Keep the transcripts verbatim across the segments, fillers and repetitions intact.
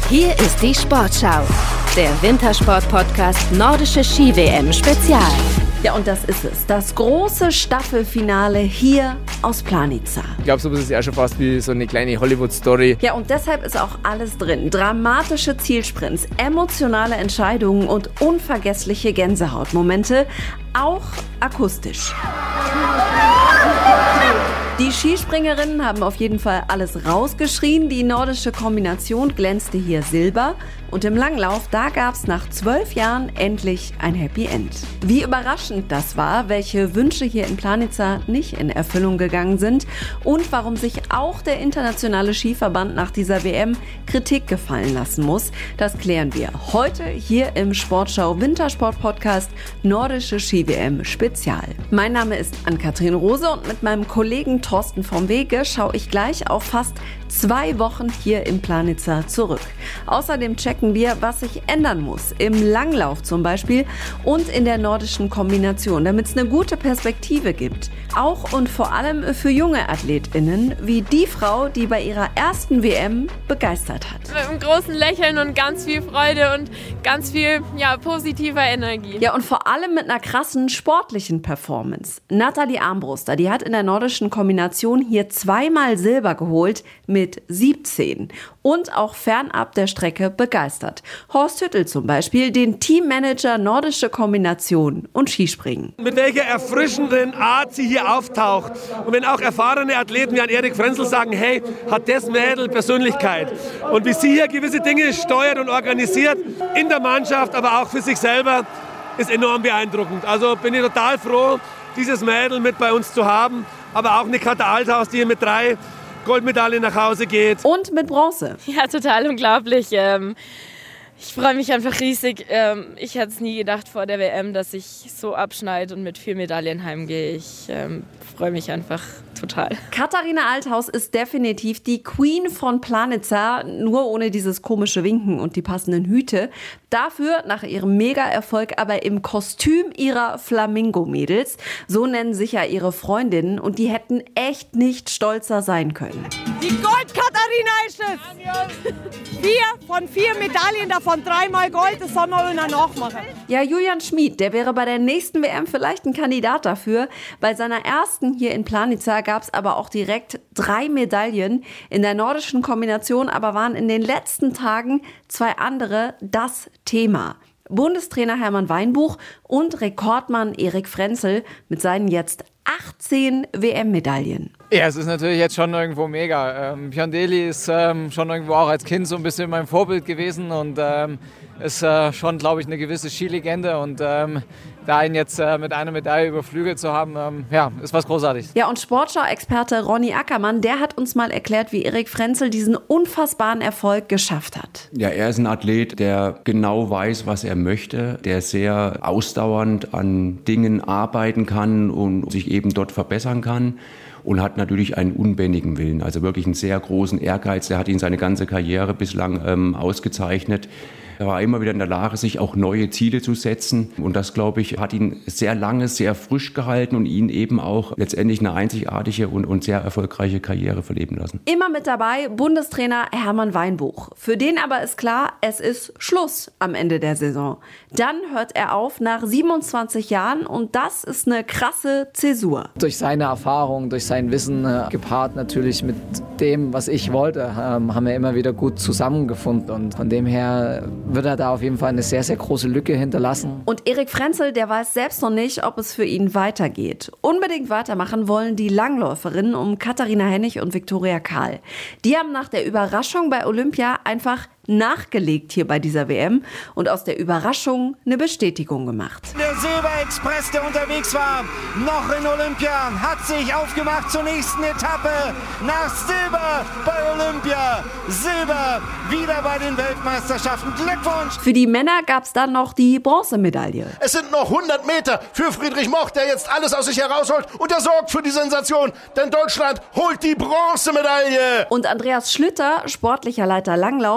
Hier ist die Sportschau, der Wintersport-Podcast Nordische Ski-W M Spezial. Ja, und das ist es. Das große Staffelfinale hier aus Planica. Ich glaube, sowas ist ja schon fast wie so eine kleine Hollywood-Story. Ja, und deshalb ist auch alles drin. Dramatische Zielsprints, emotionale Entscheidungen und unvergessliche Gänsehautmomente, auch akustisch. Die Skispringerinnen haben auf jeden Fall alles rausgeschrien. Die nordische Kombination glänzte hier Silber. Und im Langlauf, da gab es nach zwölf Jahren endlich ein Happy End. Wie überraschend das war, welche Wünsche hier in Planica nicht in Erfüllung gegangen sind und warum sich auch der internationale Skiverband nach dieser W M Kritik gefallen lassen muss, das klären wir heute hier im Sportschau Wintersport Podcast Nordische Ski-W M Spezial. Mein Name ist Ann-Kathrin Rose und mit meinem Kollegen Thorsten vom Wege schaue ich gleich auf fast zwei Wochen hier in Planica zurück. Außerdem checken wir, was sich ändern muss, im Langlauf zum Beispiel und in der nordischen Kombination, damit es eine gute Perspektive gibt. Auch und vor allem für junge AthletInnen, wie die Frau, die bei ihrer ersten W M begeistert hat. Mit einem großen Lächeln und ganz viel Freude und ganz viel ja, positiver Energie. Ja, und vor allem mit einer krassen sportlichen Performance. Nathalie Armbruster, die hat in der nordischen Kombination hier zweimal Silber geholt mit siebzehn und auch fernab der Strecke begeistert. Horst Hüttel zum Beispiel, den Teammanager nordische Kombination und Skispringen. Mit welcher erfrischenden Art sie hier auftaucht. Und wenn auch erfahrene Athleten wie ein Erik Frenzel sagen, hey, hat das Mädel Persönlichkeit. Und wie sie hier gewisse Dinge steuert und organisiert, in der Mannschaft, aber auch für sich selber, ist enorm beeindruckend. Also bin ich total froh, dieses Mädel mit bei uns zu haben. Aber auch eine Katja Althaus, die hier mit drei Goldmedaillen nach Hause geht. Und mit Bronze. Ja, total unglaublich. Ähm, ich freue mich einfach riesig. Ähm, ich hätte es nie gedacht vor der W M, dass ich so abschneide und mit vier Medaillen heimgehe. Ich ähm, freue mich einfach total. Katharina Althaus ist definitiv die Queen von Planica, nur ohne dieses komische Winken und die passenden Hüte. Dafür nach ihrem Mega-Erfolg aber im Kostüm ihrer Flamingo-Mädels. So nennen sich ja ihre Freundinnen und die hätten echt nicht stolzer sein können. Die Gold-Katharina ist es! Vier von vier Medaillen, davon dreimal Gold, das soll man noch machen. Ja, Julian Schmid, der wäre bei der nächsten W M vielleicht ein Kandidat dafür. Bei seiner ersten hier in Planica gab es aber auch direkt drei Medaillen. In der nordischen Kombination aber waren in den letzten Tagen zwei andere das Thema. Bundestrainer Hermann Weinbuch und Rekordmann Erik Frenzel mit seinen jetzt achtzehn W M-Medaillen. Ja, es ist natürlich jetzt schon irgendwo mega. Ähm, Björn Deli ist ähm, schon irgendwo auch als Kind so ein bisschen mein Vorbild gewesen und ähm, ist äh, schon, glaube ich, eine gewisse Skilegende und ähm, da ihn jetzt äh, mit einer Medaille überflügelt zu haben, ähm, ja, ist was Großartiges. Ja, und Sportschau-Experte Ronny Ackermann, der hat uns mal erklärt, wie Erik Frenzel diesen unfassbaren Erfolg geschafft hat. Ja, er ist ein Athlet, der genau weiß, was er möchte, der sehr ausdauernd an Dingen arbeiten kann und sich eben dort verbessern kann. Und hat natürlich einen unbändigen Willen, also wirklich einen sehr großen Ehrgeiz. Der hat ihn seine ganze Karriere bislang ähm, ausgezeichnet. Er war immer wieder in der Lage, sich auch neue Ziele zu setzen. Und das, glaube ich, hat ihn sehr lange, sehr frisch gehalten und ihn eben auch letztendlich eine einzigartige und, und sehr erfolgreiche Karriere verleben lassen. Immer mit dabei Bundestrainer Hermann Weinbuch. Für den aber ist klar, es ist Schluss am Ende der Saison. Dann hört er auf nach siebenundzwanzig Jahren und das ist eine krasse Zäsur. Durch seine Erfahrung, durch sein Wissen, äh, gepaart natürlich mit dem, was ich wollte, ähm, haben wir immer wieder gut zusammengefunden. Und von dem her wird er da auf jeden Fall eine sehr, sehr große Lücke hinterlassen. Und Erik Frenzel, der weiß selbst noch nicht, ob es für ihn weitergeht. Unbedingt weitermachen wollen die Langläuferinnen um Katharina Hennig und Viktoria Kahl. Die haben nach der Überraschung bei Olympia einfach nachgelegt hier bei dieser W M und aus der Überraschung eine Bestätigung gemacht. Der Silberexpress, der unterwegs war, noch in Olympia, hat sich aufgemacht zur nächsten Etappe nach Silber bei Olympia. Silber wieder bei den Weltmeisterschaften. Glückwunsch! Für die Männer gab es dann noch die Bronzemedaille. Es sind noch hundert Meter für Friedrich Moch, der jetzt alles aus sich herausholt und er sorgt für die Sensation, denn Deutschland holt die Bronzemedaille. Und Andreas Schlüter, sportlicher Leiter Langlauf, der hat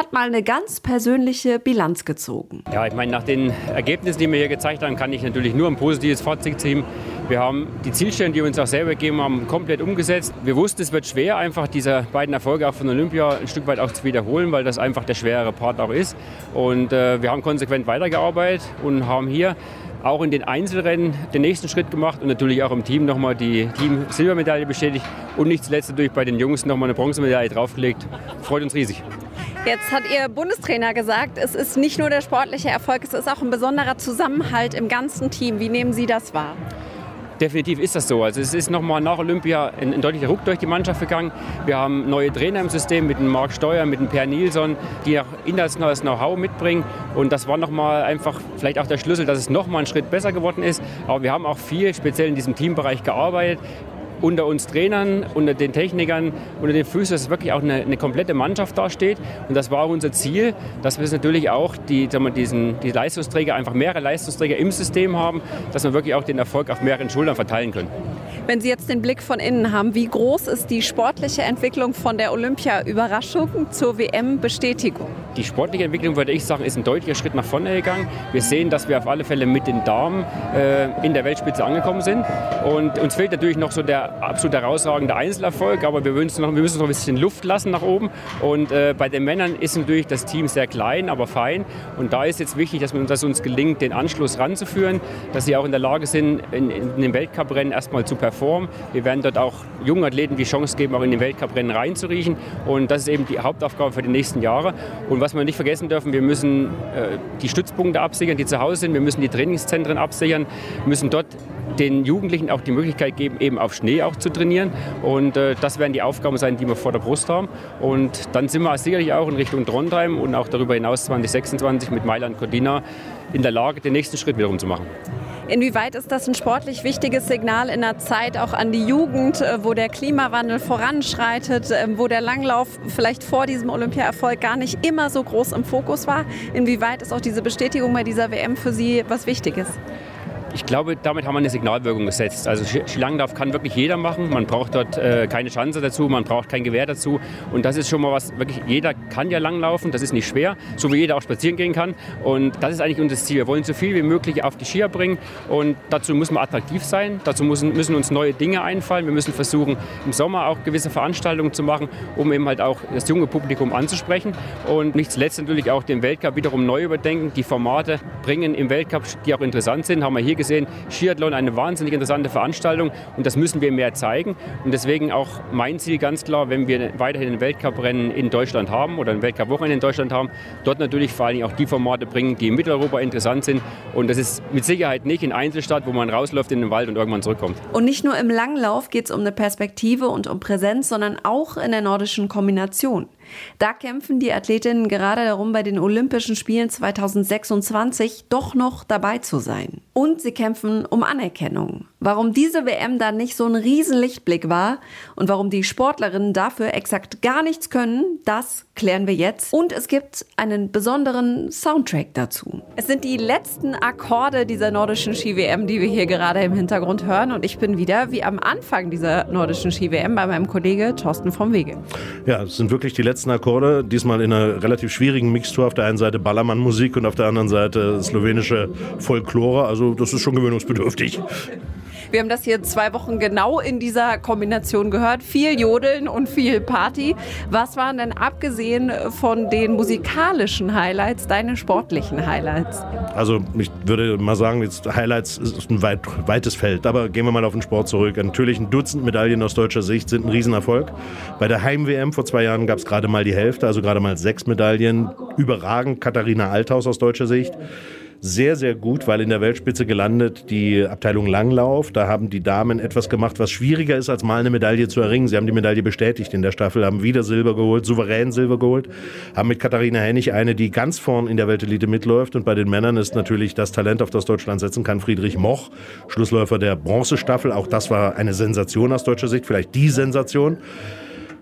hat mal eine ganz persönliche Bilanz gezogen. Ja, ich meine, nach den Ergebnissen, die wir hier gezeigt haben, kann ich natürlich nur ein positives Fazit ziehen. Wir haben die Zielstellung, die wir uns auch selber gegeben haben, komplett umgesetzt. Wir wussten, es wird schwer, einfach diese beiden Erfolge auch von Olympia ein Stück weit auch zu wiederholen, weil das einfach der schwerere Part auch ist. Und äh, wir haben konsequent weitergearbeitet und haben hier auch in den Einzelrennen den nächsten Schritt gemacht und natürlich auch im Team nochmal die Team-Silbermedaille bestätigt und nicht zuletzt natürlich bei den Jungs nochmal eine Bronzemedaille draufgelegt. Freut uns riesig. Jetzt hat Ihr Bundestrainer gesagt, es ist nicht nur der sportliche Erfolg, es ist auch ein besonderer Zusammenhalt im ganzen Team. Wie nehmen Sie das wahr? Definitiv ist das so. Also es ist nochmal nach Olympia ein, ein deutlicher Ruck durch die Mannschaft gegangen. Wir haben neue Trainer im System mit dem Marc Steuer, mit dem Per Nilsson, die auch internationales Know-how mitbringen. Und das war nochmal einfach vielleicht auch der Schlüssel, dass es nochmal einen Schritt besser geworden ist. Aber wir haben auch viel speziell in diesem Teambereich gearbeitet. Unter uns Trainern, unter den Technikern, unter den Füßen, dass wirklich auch eine, eine komplette Mannschaft dasteht. Und das war auch unser Ziel, dass wir es natürlich auch, die, sagen wir, diesen, die Leistungsträger, einfach mehrere Leistungsträger im System haben, dass wir wirklich auch den Erfolg auf mehreren Schultern verteilen können. Wenn Sie jetzt den Blick von innen haben, wie groß ist die sportliche Entwicklung von der Olympia-Überraschung zur W M-Bestätigung? Die sportliche Entwicklung, würde ich sagen, ist ein deutlicher Schritt nach vorne gegangen. Wir sehen, dass wir auf alle Fälle mit den Damen äh, in der Weltspitze angekommen sind. Und uns fehlt natürlich noch so der absolut herausragende Einzelerfolg, aber wir müssen, noch, wir müssen noch ein bisschen Luft lassen nach oben. Und äh, bei den Männern ist natürlich das Team sehr klein, aber fein. Und da ist jetzt wichtig, dass, wir, dass uns gelingt, den Anschluss ranzuführen, dass sie auch in der Lage sind, in, in den Weltcuprennen erstmal zu performen. Wir werden dort auch jungen Athleten die Chance geben, auch in den Weltcuprennen reinzuriechen. Und das ist eben die Hauptaufgabe für die nächsten Jahre. Und was wir nicht vergessen dürfen, wir müssen äh, die Stützpunkte absichern, die zu Hause sind. Wir müssen die Trainingszentren absichern, müssen dort den Jugendlichen auch die Möglichkeit geben, eben auf Schnee auch zu trainieren. Und äh, das werden die Aufgaben sein, die wir vor der Brust haben. Und dann sind wir sicherlich auch in Richtung Trondheim und auch darüber hinaus zwanzig sechsundzwanzig mit Mailand Cortina in der Lage, den nächsten Schritt wiederum zu machen. Inwieweit ist das ein sportlich wichtiges Signal in einer Zeit auch an die Jugend, wo der Klimawandel voranschreitet, wo der Langlauf vielleicht vor diesem Olympia-Erfolg gar nicht immer so groß im Fokus war? Inwieweit ist auch diese Bestätigung bei dieser W M für Sie was Wichtiges? Ich glaube, damit haben wir eine Signalwirkung gesetzt. Also Skilanglauf kann wirklich jeder machen. Man braucht dort äh, keine Schanze dazu, man braucht kein Gewehr dazu. Und das ist schon mal was, wirklich jeder kann ja langlaufen, das ist nicht schwer, so wie jeder auch spazieren gehen kann. Und das ist eigentlich unser Ziel. Wir wollen so viel wie möglich auf die Skier bringen und dazu müssen wir attraktiv sein. Dazu müssen, müssen uns neue Dinge einfallen. Wir müssen versuchen, im Sommer auch gewisse Veranstaltungen zu machen, um eben halt auch das junge Publikum anzusprechen. Und nicht zuletzt natürlich auch den Weltcup wiederum neu überdenken, die Formate bringen im Weltcup, die auch interessant sind, haben wir hier gesehen, Skiathlon, eine wahnsinnig interessante Veranstaltung und das müssen wir mehr zeigen. Und deswegen auch mein Ziel ganz klar, wenn wir weiterhin ein Weltcuprennen in Deutschland haben oder ein Weltcup-Wochenende in Deutschland haben, dort natürlich vor allem auch die Formate bringen, die in Mitteleuropa interessant sind. Und das ist mit Sicherheit nicht in Einzelstadt, wo man rausläuft in den Wald und irgendwann zurückkommt. Und nicht nur im Langlauf geht es um eine Perspektive und um Präsenz, sondern auch in der nordischen Kombination. Da kämpfen die Athletinnen gerade darum, bei den Olympischen Spielen zwanzig sechsundzwanzig doch noch dabei zu sein. Und sie kämpfen um Anerkennung. Warum diese W M dann nicht so ein Riesenlichtblick war und warum die Sportlerinnen dafür exakt gar nichts können, das klären wir jetzt. Und es gibt einen besonderen Soundtrack dazu. Es sind die letzten Akkorde dieser nordischen Ski-W M, die wir hier gerade im Hintergrund hören. Und ich bin wieder, wie am Anfang dieser nordischen Ski-W M, bei meinem Kollege Thorsten vom Wege. Ja, es sind wirklich die letzten Akkorde, diesmal in einer relativ schwierigen Mixtur. Auf der einen Seite Ballermann-Musik und auf der anderen Seite slowenische Folklore. Also das ist schon gewöhnungsbedürftig. Wir haben das hier zwei Wochen genau in dieser Kombination gehört. Viel Jodeln und viel Party. Was waren denn abgesehen von den musikalischen Highlights deine sportlichen Highlights? Also ich würde mal sagen, jetzt Highlights ist ein weit, weites Feld. Aber gehen wir mal auf den Sport zurück. Natürlich ein Dutzend Medaillen aus deutscher Sicht sind ein Riesenerfolg. Bei der Heim-W M vor zwei Jahren gab es gerade mal die Hälfte, also gerade mal sechs Medaillen. Überragend Katharina Althaus aus deutscher Sicht. Sehr, sehr gut, weil in der Weltspitze gelandet die Abteilung Langlauf. Da haben die Damen etwas gemacht, was schwieriger ist, als mal eine Medaille zu erringen. Sie haben die Medaille bestätigt in der Staffel, haben wieder Silber geholt, souverän Silber geholt, haben mit Katharina Hennig eine, die ganz vorn in der Weltelite mitläuft. Und bei den Männern ist natürlich das Talent, auf das Deutschland setzen kann, Friedrich Moch, Schlussläufer der Bronzestaffel. Auch das war eine Sensation aus deutscher Sicht, vielleicht die Sensation.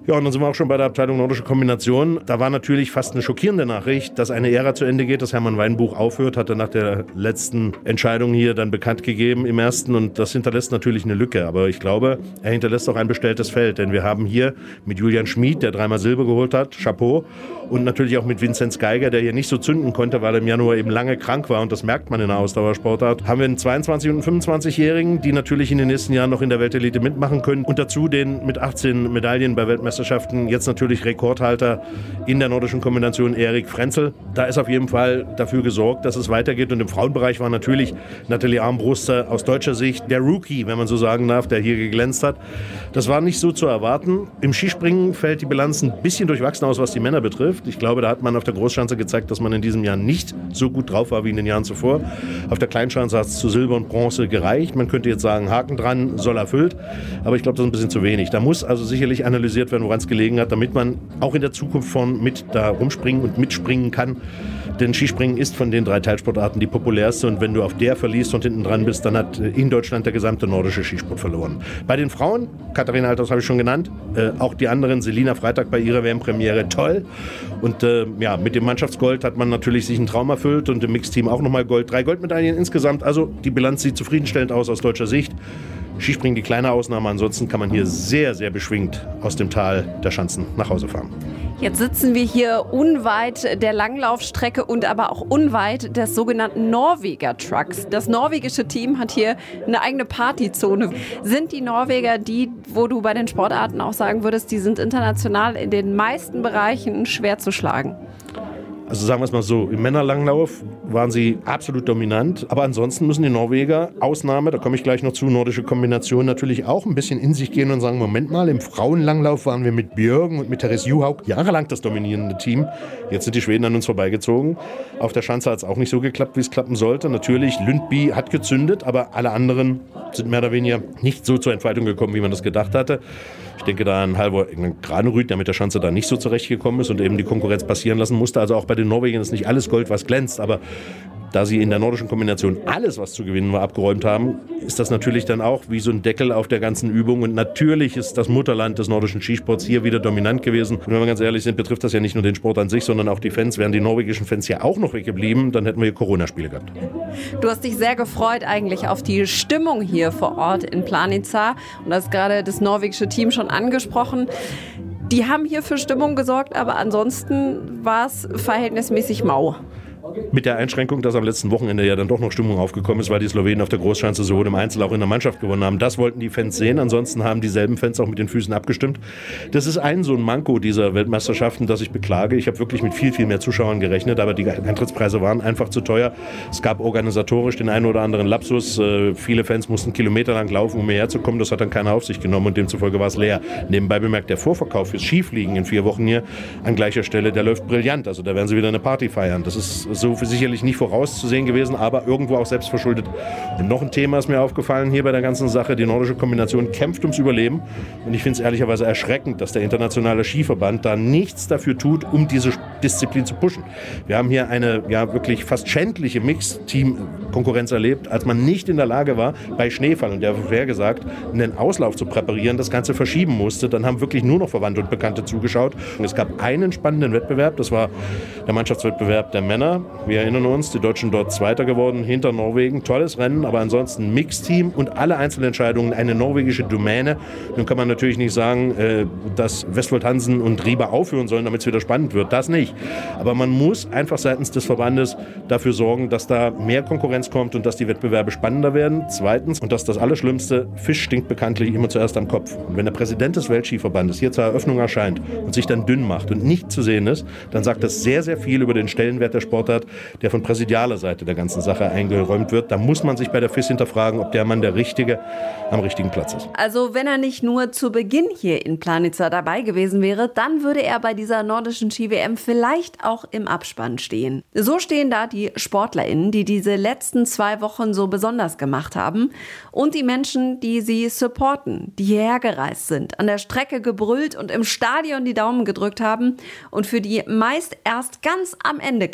Ja, und dann sind wir auch schon bei der Abteilung Nordische Kombination. Da war natürlich fast eine schockierende Nachricht, dass eine Ära zu Ende geht, dass Hermann Weinbuch aufhört, hat er nach der letzten Entscheidung hier dann bekannt gegeben im ersten. Und das hinterlässt natürlich eine Lücke. Aber ich glaube, er hinterlässt auch ein bestelltes Feld. Denn wir haben hier mit Julian Schmid, der dreimal Silber geholt hat, Chapeau. Und natürlich auch mit Vinzenz Geiger, der hier nicht so zünden konnte, weil er im Januar eben lange krank war. Und das merkt man in der Ausdauersportart. Haben wir einen zweiundzwanzig- und einen fünfundzwanzigjährigen, die natürlich in den nächsten Jahren noch in der Weltelite mitmachen können. Und dazu den mit achtzehn Medaillen bei Weltmeisterschaften jetzt natürlich Rekordhalter in der nordischen Kombination Erik Frenzel. Da ist auf jeden Fall dafür gesorgt, dass es weitergeht. Und im Frauenbereich war natürlich Nathalie Armbruster aus deutscher Sicht der Rookie, wenn man so sagen darf, der hier geglänzt hat. Das war nicht so zu erwarten. Im Skispringen fällt die Bilanz ein bisschen durchwachsen aus, was die Männer betrifft. Ich glaube, da hat man auf der Großschanze gezeigt, dass man in diesem Jahr nicht so gut drauf war wie in den Jahren zuvor. Auf der Kleinschanze hat es zu Silber und Bronze gereicht. Man könnte jetzt sagen, Haken dran, soll erfüllt. Aber ich glaube, das ist ein bisschen zu wenig. Da muss also sicherlich analysiert werden, woran es gelegen hat, damit man auch in der Zukunft von mit da rumspringen und mitspringen kann. Denn Skispringen ist von den drei Teilsportarten die populärste. Und wenn du auf der verlierst und hinten dran bist, dann hat in Deutschland der gesamte nordische Skisport verloren. Bei den Frauen, Katharina Althaus habe ich schon genannt, äh, auch die anderen, Selina Freitag bei ihrer W M-Premiere, toll. Und äh, ja, mit dem Mannschaftsgold hat man natürlich sich einen Traum erfüllt und im Mixteam auch nochmal Gold. Drei Goldmedaillen insgesamt. Also die Bilanz sieht zufriedenstellend aus aus deutscher Sicht. Skispringen die kleine Ausnahme. Ansonsten kann man hier sehr, sehr beschwingt aus dem Tal der Schanzen nach Hause fahren. Jetzt sitzen wir hier unweit der Langlaufstrecke und aber auch unweit des sogenannten Norweger Trucks. Das norwegische Team hat hier eine eigene Partyzone. Sind die Norweger die, wo du bei den Sportarten auch sagen würdest, die sind international in den meisten Bereichen schwer zu schlagen? Also sagen wir es mal so, im Männerlanglauf waren sie absolut dominant. Aber ansonsten müssen die Norweger, Ausnahme, da komme ich gleich noch zu, nordische Kombination, natürlich auch ein bisschen in sich gehen und sagen, Moment mal, im Frauenlanglauf waren wir mit Björgen und mit Therese Juhaug jahrelang das dominierende Team. Jetzt sind die Schweden an uns vorbeigezogen. Auf der Schanze hat es auch nicht so geklappt, wie es klappen sollte. Natürlich, Lundby hat gezündet, aber alle anderen sind mehr oder weniger nicht so zur Entfaltung gekommen, wie man das gedacht hatte. Ich denke da an Halvor Granerud, der mit der Schanze da nicht so zurechtgekommen ist und eben die Konkurrenz passieren lassen musste. Also auch bei den Norwegern ist nicht alles Gold, was glänzt, aber da sie in der nordischen Kombination alles, was zu gewinnen war, abgeräumt haben, ist das natürlich dann auch wie so ein Deckel auf der ganzen Übung. Und natürlich ist das Mutterland des nordischen Skisports hier wieder dominant gewesen. Und wenn wir ganz ehrlich sind, betrifft das ja nicht nur den Sport an sich, sondern auch die Fans. Wären die norwegischen Fans ja auch noch weggeblieben, dann hätten wir hier Corona-Spiele gehabt. Du hast dich sehr gefreut eigentlich auf die Stimmung hier vor Ort in Planica. Und das ist gerade das norwegische Team schon angesprochen. Die haben hier für Stimmung gesorgt, aber ansonsten war es verhältnismäßig mau. Mit der Einschränkung, dass am letzten Wochenende ja dann doch noch Stimmung aufgekommen ist, weil die Slowenen auf der Großschanze sowohl im Einzel auch in der Mannschaft gewonnen haben. Das wollten die Fans sehen. Ansonsten haben dieselben Fans auch mit den Füßen abgestimmt. Das ist ein so ein Manko dieser Weltmeisterschaften, das ich beklage. Ich habe wirklich mit viel, viel mehr Zuschauern gerechnet, aber die Eintrittspreise waren einfach zu teuer. Es gab organisatorisch den einen oder anderen Lapsus. Äh, viele Fans mussten kilometerlang laufen, um hierher zu kommen. Das hat dann keiner auf sich genommen und demzufolge war es leer. Nebenbei bemerkt, der Vorverkauf fürs Skifliegen in vier Wochen hier an gleicher Stelle, der läuft brillant. Also da werden sie wieder eine Party feiern. Das ist so für sicherlich nicht vorauszusehen gewesen, aber irgendwo auch selbst verschuldet. Und noch ein Thema ist mir aufgefallen hier bei der ganzen Sache. Die nordische Kombination kämpft ums Überleben. Und ich finde es ehrlicherweise erschreckend, dass der internationale Skiverband da nichts dafür tut, um diese Disziplin zu pushen. Wir haben hier eine ja wirklich fast schändliche Mix-Team-Konkurrenz erlebt, als man nicht in der Lage war, bei Schneefall, und der hat vorher gesagt, einen Auslauf zu präparieren, das Ganze verschieben musste. Dann haben wirklich nur noch Verwandte und Bekannte zugeschaut. Und es gab einen spannenden Wettbewerb, das war der Mannschaftswettbewerb der Männer. Wir erinnern uns, die Deutschen dort Zweiter geworden, hinter Norwegen. Tolles Rennen, aber ansonsten Mixteam und alle Einzelentscheidungen eine norwegische Domäne. Nun kann man natürlich nicht sagen, dass Westfold Hansen und Rieber aufhören sollen, damit es wieder spannend wird. Das nicht. Aber man muss einfach seitens des Verbandes dafür sorgen, dass da mehr Konkurrenz kommt und dass die Wettbewerbe spannender werden. Zweitens, und das ist das Allerschlimmste, Fisch stinkt bekanntlich immer zuerst am Kopf. Und wenn der Präsident des Weltskiverbandes hier zur Eröffnung erscheint und sich dann dünn macht und nicht zu sehen ist, dann sagt das sehr, sehr viel über den Stellenwert der Sportart, der von präsidialer Seite der ganzen Sache eingeräumt wird. Da muss man sich bei der F I S hinterfragen, ob der Mann der Richtige am richtigen Platz ist. Also wenn er nicht nur zu Beginn hier in Planica dabei gewesen wäre, dann würde er bei dieser nordischen Ski-W M vielleicht auch im Abspann stehen. So stehen da die SportlerInnen, die diese letzten zwei Wochen so besonders gemacht haben und die Menschen, die sie supporten, die hierher gereist sind, an der Strecke gebrüllt und im Stadion die Daumen gedrückt haben und für die meist erst ganz am Ende galt.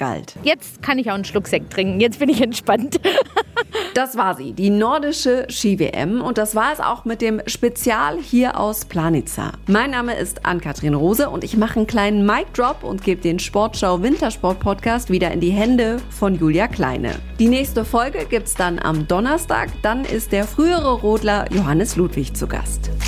jetzt kann ich auch einen Schluck Sekt trinken. Jetzt bin ich entspannt. Das war sie, die nordische Ski-W M. Und das war es auch mit dem Spezial hier aus Planica. Mein Name ist Ann-Kathrin Rose und ich mache einen kleinen Mic-Drop und gebe den Sportschau Wintersport-Podcast wieder in die Hände von Julia Kleine. Die nächste Folge gibt's dann am Donnerstag. Dann ist der frühere Rodler Johannes Ludwig zu Gast.